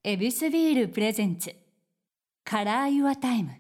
エビスビールプレゼンツカラーユアタイム。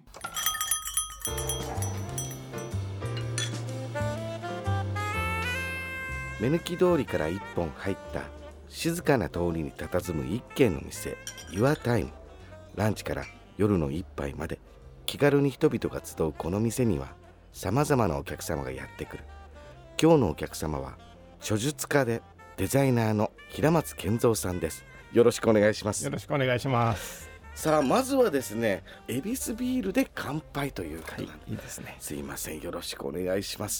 目抜き通りから一本入った静かな通りに佇む一軒の店、ユアタイム。ランチから夜の一杯まで気軽に人々が集うこの店にはさまざまなお客様がやってくる。今日のお客様は著述家でデザイナーの平松健三さんです。よろしくお願いします。 よろしくお願いします。 さあ、まずはですね、エビスビールで乾杯ということなんで、 いいですね。 すいません、よろしくお願いします。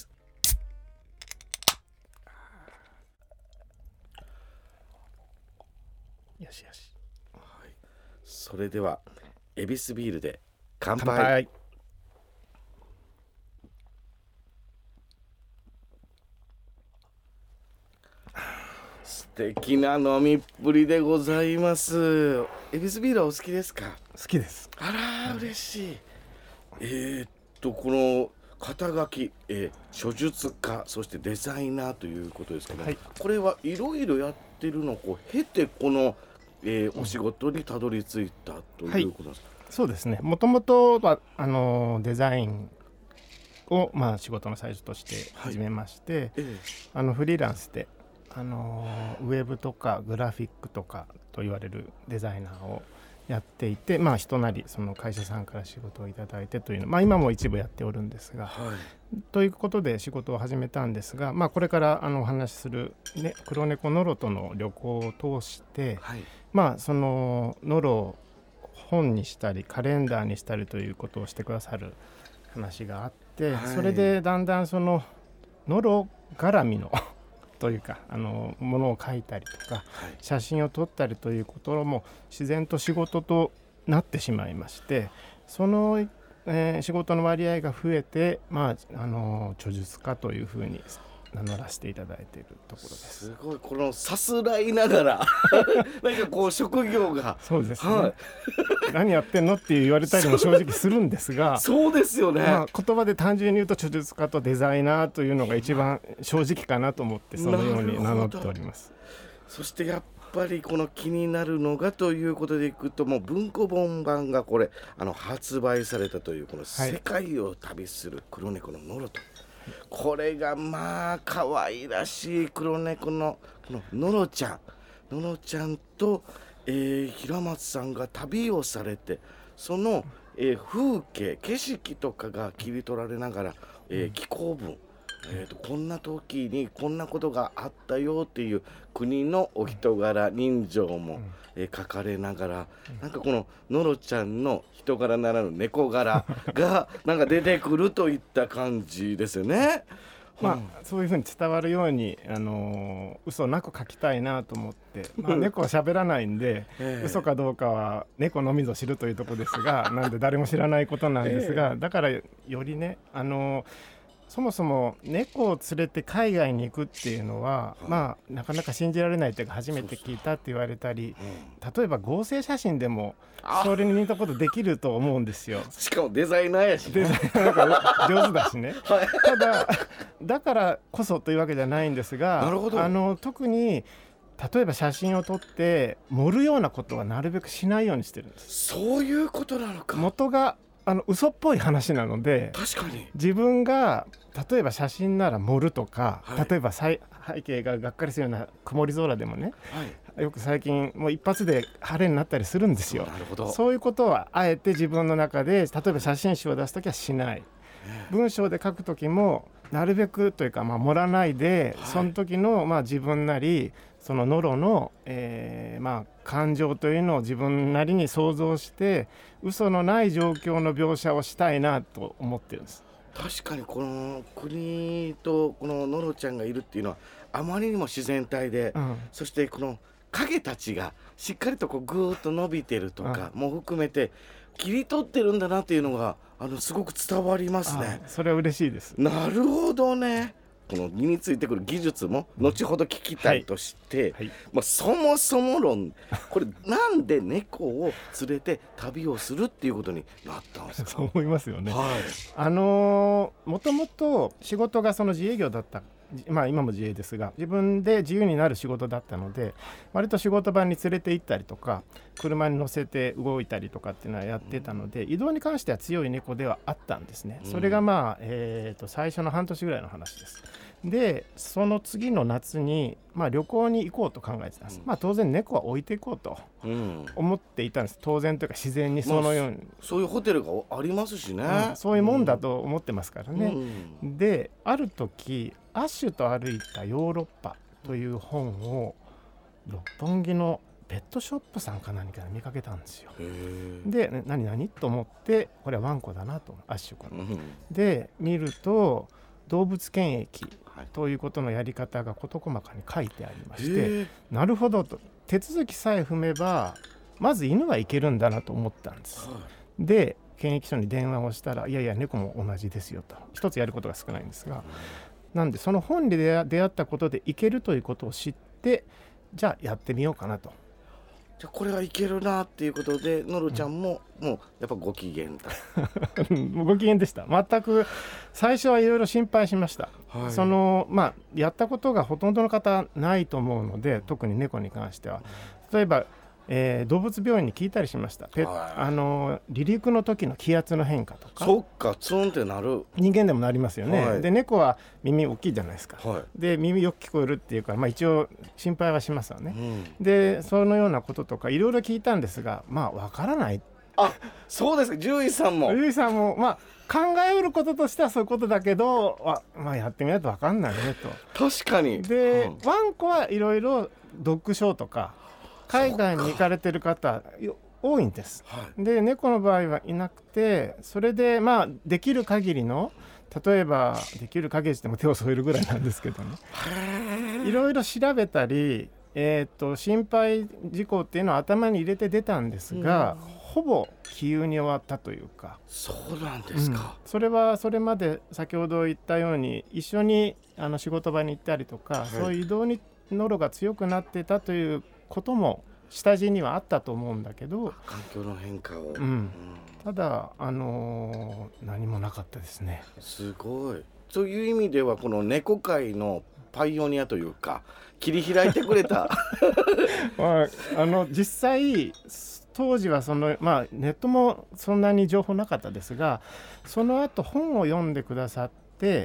よしよし、 はい、それではエビスビールで乾杯。 乾杯。 素敵な飲みっぷりでございます。エビスビールはお好きですか？ 好きです。 あら嬉しい。この肩書き、著述家、そしてデザイナーということですけど、はい、これはいろいろやってるのを経てこの、お仕事にたどり着いたということですか？ はい、そうですね。もともとはデザインを、仕事の最初として始めまして、フリーランスでウェブとかグラフィックとかと言われるデザイナーをやっていて、人なりその会社さんから仕事をいただいてというの、今も一部やっておるんですが、ということで仕事を始めたんですが、これからお話しする、黒猫ノロとの旅行を通して、そのノロを本にしたりカレンダーにしたりということをしてくださる話があって、それでだんだんそのノロ絡みのというかものを書いたりとか、写真を撮ったりということも自然と仕事となってしまいまして、その、仕事の割合が増えて、著述家というふうに名乗らせていただいているところです。 すごい、このさすらいながらなんかこう職業がそうですね、何やってんのって言われたりも正直するんですがそうですよね、 言葉で単純に言うと著述家とデザイナーというのが一番正直かなと思ってそのように名乗っております。 そしてやっぱりこの気になるのがということでいくと、もう文庫本版がこれ発売されたというこの世界を旅する黒猫のノロと、これが可愛らしい黒猫のこのノロちゃんと、平松さんが旅をされて、その、風景景色とかが切り取られながら、紀行文、こんな時にこんなことがあったよっていう国のお人柄人情も、書かれながら、なんかこのノロちゃんの人柄ならぬ猫柄がなんか出てくるといった感じですよね。 そういうふうに伝わるように嘘なく書きたいなと思って、猫は喋らないんで、嘘かどうかは猫のみぞ知るというところですがなんで誰も知らないことなんですが、だからよりねそもそも猫を連れて海外に行くっていうのは、なかなか信じられないというか初めて聞いたって言われたり、例えば合成写真でもそれに似たことできると思うんですよ。 しかもデザイナーやし、 デザイナーが上手だしね、だからこそというわけじゃないんですが、特に例えば写真を撮って盛るようなことはなるべくしないようにしてるんです。 そういうことなのか。 元が嘘っぽい話なので、 確かに自分が例えば写真なら盛るとか、例えば背景ががっかりするような曇り空でもね、よく最近もう一発で晴れになったりするんですよ。そういうことはあえて自分の中で、例えば写真集を出すときはしない、文章で書くときもなるべくというか、盛らないで、その時の自分なりそのノロの、感情というのを自分なりに想像して嘘のない状況の描写をしたいなと思ってるんです。 確かにこの国とこのノロちゃんがいるっていうのはあまりにも自然体で、そしてこの影たちがしっかりとこうぐーっと伸びてるとかも含めて切り取ってるんだなっていうのがすごく伝わりますね。 それは嬉しいです。 なるほどね。この身についてくる技術も後ほど聞きたいとして、そもそも論、これなんで猫を連れて旅をするっていうことになったんですか？ そう思いますよね。もともと仕事がその自営業だった今も自営ですが、自分で自由になる仕事だったので、割と仕事場に連れて行ったりとか車に乗せて動いたりとかっていうのはやってたので、移動に関しては強い猫ではあったんですね。それが最初の半年ぐらいの話です。でその次の夏に、旅行に行こうと考えてたんです。当然猫は置いていこうと思っていたんです。当然というか自然にそのように、 そういうホテルがありますしね、 そういうもんだと思ってますからね。である時アッシュと歩いたヨーロッパという本を六本木のペットショップさんか何かで見かけたんですよ。で何と思って、これはワンコだなと、アッシュ君、で見ると動物検疫ということのやり方が事細かに書いてありまして、なるほどと、手続きさえ踏めばまず犬はいけるんだなと思ったんです。で検疫所に電話をしたら、いやいや猫も同じですよと、一つやることが少ないんですが、なんでその本で出会ったことでいけるということを知って、じゃあやってみようかなと。 じゃあこれはいけるなっていうことで、のろちゃんももうやっぱご機嫌だご機嫌でした。全く最初はいろいろ心配しました、やったことがほとんどの方ないと思うので、特に猫に関しては。例えば動物病院に聞いたりしました。離陸の時の気圧の変化とか。 そっか、ツンってなる。 人間でもなりますよね、で猫は耳大きいじゃないですか、で耳よく聞こえるっていうから、一応心配はしますよね、でそのようなこととかいろいろ聞いたんですが、わからない。 そうですか。獣医さんも考えうることとしてはそういうことだけど、やってみないと分かんないねと。確かに。 で、ワンコはいろいろドッグショーとか海外に行かれてる方多いんです、で猫の場合はいなくて、それでできる限りの、例えばできる限りでも手を添えるぐらいなんですけどね、いろいろ調べたり、心配事項っていうのを頭に入れて出たんですが、ほぼ気憂に終わったというか。 そうなんですか、 それはそれまで先ほど言ったように一緒に仕事場に行ったりとか、そういう移動にノロが強くなってたということも下地にはあったと思うんだけど、 環境の変化を、 ただ何もなかったですね。 すごい。そういう意味ではこの猫界のパイオニアというか、切り開いてくれた実際当時はネットもそんなに情報なかったですが、その後本を読んでくださって、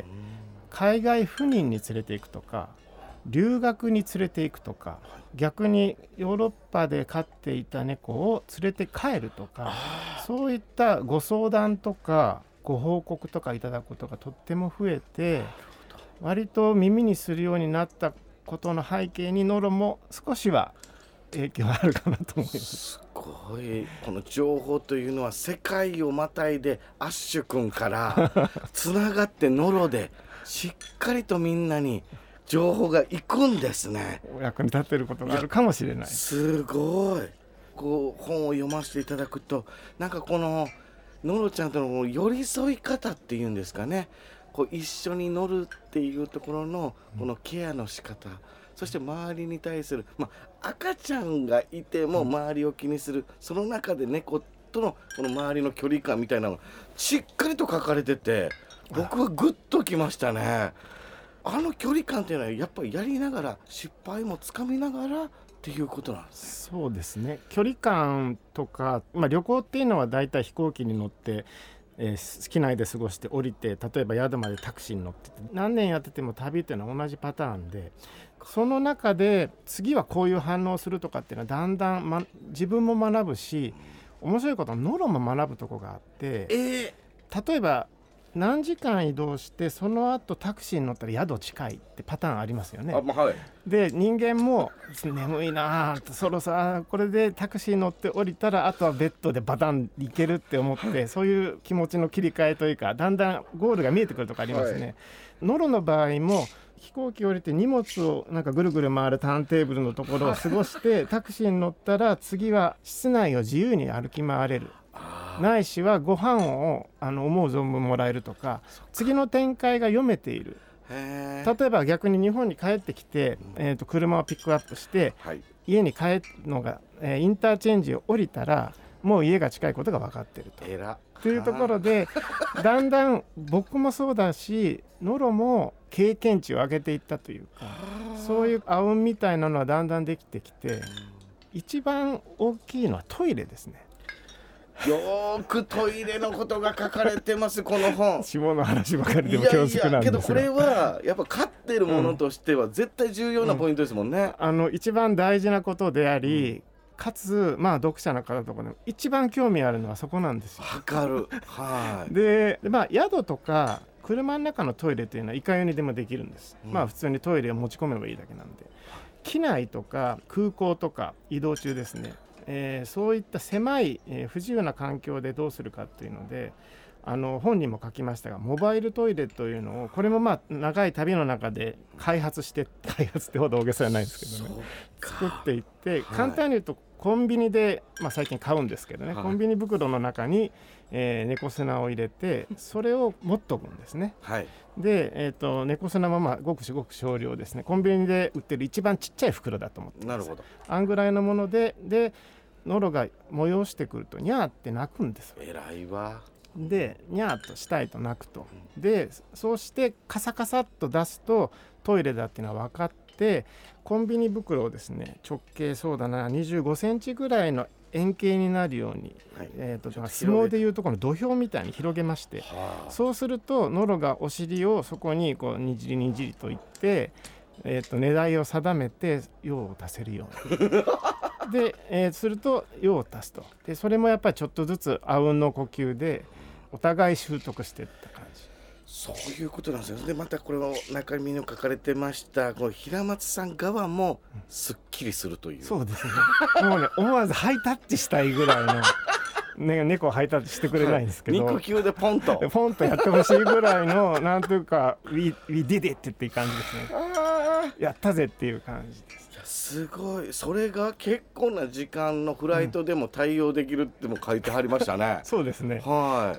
海外赴任に連れていくとか留学に連れていくとか、逆にヨーロッパで飼っていた猫を連れて帰るとか、そういったご相談とかご報告とかいただくことがとっても増えて、割と耳にするようになったことの背景にノロも少しは影響あるかなと思います。 すごい。この情報というのは世界をまたいでアッシュ君からつながってノロでしっかりとみんなに情報がいくんですね。 お役に立っていることがあるかもしれない。 すごい。こう本を読ませていただくと、なんかこのノロちゃんとの寄り添い方っていうんですかね、こう一緒に乗るっていうところのこのケアの仕方、そして周りに対する、赤ちゃんがいても周りを気にする、その中で猫とのこの周りの距離感みたいなのがしっかりと書かれてて、僕はグッときましたね。距離感っていうのはやっぱりやりながら失敗もつかみながらっていうことなんですね。そうですね。距離感とか、旅行っていうのはだいたい飛行機に乗って、好きな間で過ごして降りて、例えば宿までタクシーに乗ってて、何年やってても旅っていうのは同じパターンで、その中で次はこういう反応をするとかっていうのはだんだん、自分も学ぶし、面白いことはノロも学ぶとこがあって、例えば何時間移動してその後タクシーに乗ったら宿近いってパターンありますよね。で人間も眠いなそろそろこれでタクシー乗って降りたらあとはベッドでバタン行けるって思って、そういう気持ちの切り替えというか、だんだんゴールが見えてくるとかありますね。ノロの場合も飛行機降りて荷物をなんかぐるぐる回るターンテーブルのところを過ごしてタクシーに乗ったら次は室内を自由に歩き回れる、ないしはご飯を思う存分もらえるとか、次の展開が読めている。例えば逆に日本に帰ってきて、車をピックアップして、家に帰るのが、インターチェンジを降りたらもう家が近いことが分かっていると。 えらというところでだんだん僕もそうだしノロも経験値を上げていったというか、そういうあうんみたいなのはだんだんできてきて、一番大きいのはトイレですね。 よーくトイレのことが書かれてますこの本。 下の話ばかりでも恐縮なんですが、 けどこれはやっぱ飼ってるものとしては絶対重要なポイントですもんね。 一番大事なことであり、かつ読者の方とかでも一番興味あるのはそこなんですよ。 わかる。はい。 で、宿とか車の中のトイレというのはいかようにでもできるんです。普通にトイレを持ち込めばいいだけなんで、機内とか空港とか移動中ですね、そういった狭い、不自由な環境でどうするかっていうので、本にも書きましたが、モバイルトイレというのをこれも長い旅の中で開発ってほど大げさじゃないですけどね、作っていって、簡単に言うとコンビニで、最近買うんですけどね、コンビニ袋の中に、猫砂を入れてそれを持っとくんですね。で、猫砂もごく少量ですね。コンビニで売ってる一番ちっちゃい袋だと思ってます。 なるほど。 あんぐらいのものでノロが催してくるとニャーって鳴くんですよ。 偉いわ。 でニャーっとしたいと鳴くと。でそうしてカサカサっと出すとトイレだっていうのは分かって、コンビニ袋をですね、直径そうだな25センチぐらいの円形になるように、相撲でいうとこの土俵みたいに広げまして、そうするとノロがお尻をそこにこうにじりにじりといって、値台を定めて用を足せるようにですると用を足すと。でそれもやっぱりちょっとずつあうんの呼吸でお互い習得していった感じ。 そういうことなんですよ。でまたこれの中身の書かれてましたこの平松さん側もすっきりするという、 そうですね。もうね、思わずハイタッチしたいぐらいの猫をハイタッチしてくれないんですけど、 肉球でポンとやってほしいぐらいのなんというか We did it っていう感じですね。やったぜっていう感じです。 すごい。それが結構な時間のフライトでも対応できるっても書いてはりましたね。 そうですね。 はい。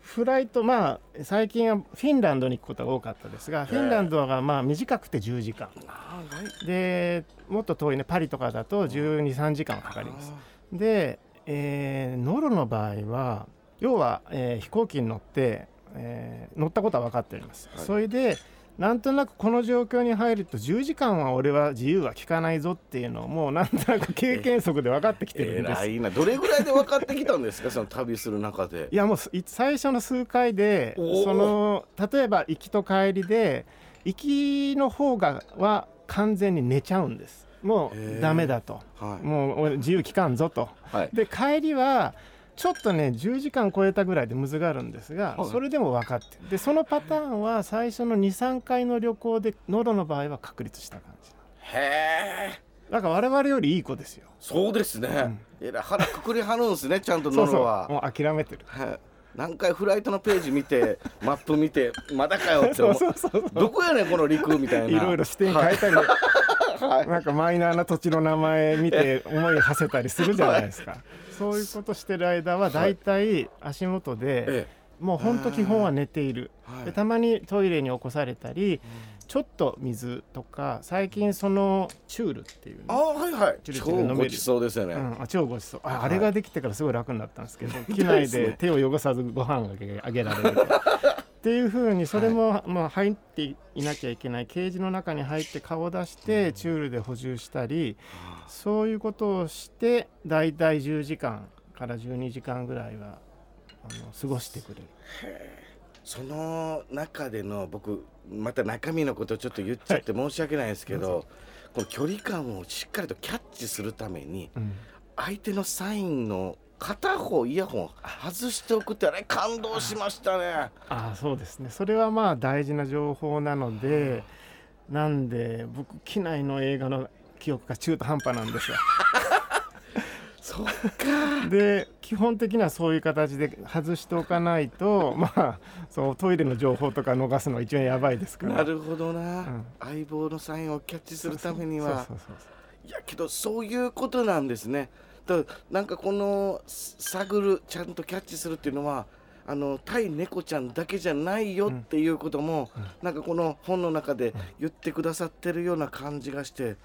フライト最近はフィンランドに行くことが多かったですが、フィンランドが短くて10時間で、もっと遠いねパリとかだと12、3時間かかります。で、ノロの場合は要は、飛行機に乗って、乗ったことは分かっております。それでなんとなくこの状況に入ると10時間は俺は自由は利かないぞっていうのをもうなんとなく経験則で分かってきてるんです。 偉いな。どれぐらいで分かってきたんですかその旅する中で。 いやもう最初の数回で例えば行きと帰りで、行きの方は完全に寝ちゃうんです。もうダメだと、もう俺自由利かんぞと、で帰りはちょっとね10時間超えたぐらいでむずがあるんですが、それでも分かって、でそのパターンは最初の 2,3 回の旅行でノロの場合は確立した感じ。だから我々よりいい子ですよ。 そうですね、腹くくりはるんですねちゃんとノロは。 もう諦めてる、 何回フライトのページ見てマップ見てまだかよって思う。どこやねんこの陸みたいな、 いろいろ視点変えたり、なんかマイナーな土地の名前見て思い馳せたりするじゃないですか。そういうことしてる間はだいたい足元で、もうほんと基本は寝ている、でたまにトイレに起こされたり、ちょっと水とか、最近そのチュールっていう、 超ごちそうですよね、 超ごちそう、あれができてからすごい楽になったんですけど、機内で手を汚さずご飯があげられるっていう風に、それも入っていなきゃいけないケージの中に入って顔を出してチュールで補充したり、そういうことをしてだいたい10時間から12時間ぐらいは過ごしてくれる。 その中での僕また中身のことをちょっと言っちゃって申し訳ないですけど、この距離感をしっかりとキャッチするために、相手のサインの片方イヤホン外しておくって、あれ感動しましたね。 そうですね。それは大事な情報なので、なんで僕機内の映画の記憶が中途半端なんですよ。 そっか。 で基本的にはそういう形で外しておかないと、そうトイレの情報とか逃すのは一番やばいですから。 なるほどな、相棒のサインをキャッチするためには、いやけどそういうことなんですね。だからなんかこの探る、ちゃんとキャッチするっていうのは対猫ちゃんだけじゃないよっていうことも、なんかこの本の中で言ってくださってるような感じがして、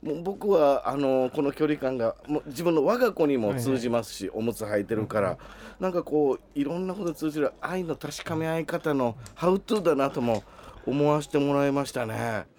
もう僕はこの距離感がもう自分の我が子にも通じますし、おむつ履いてるから、なんかこういろんなこと通じる愛の確かめ合い方のハウトゥーだなとも思わせてもらいましたね。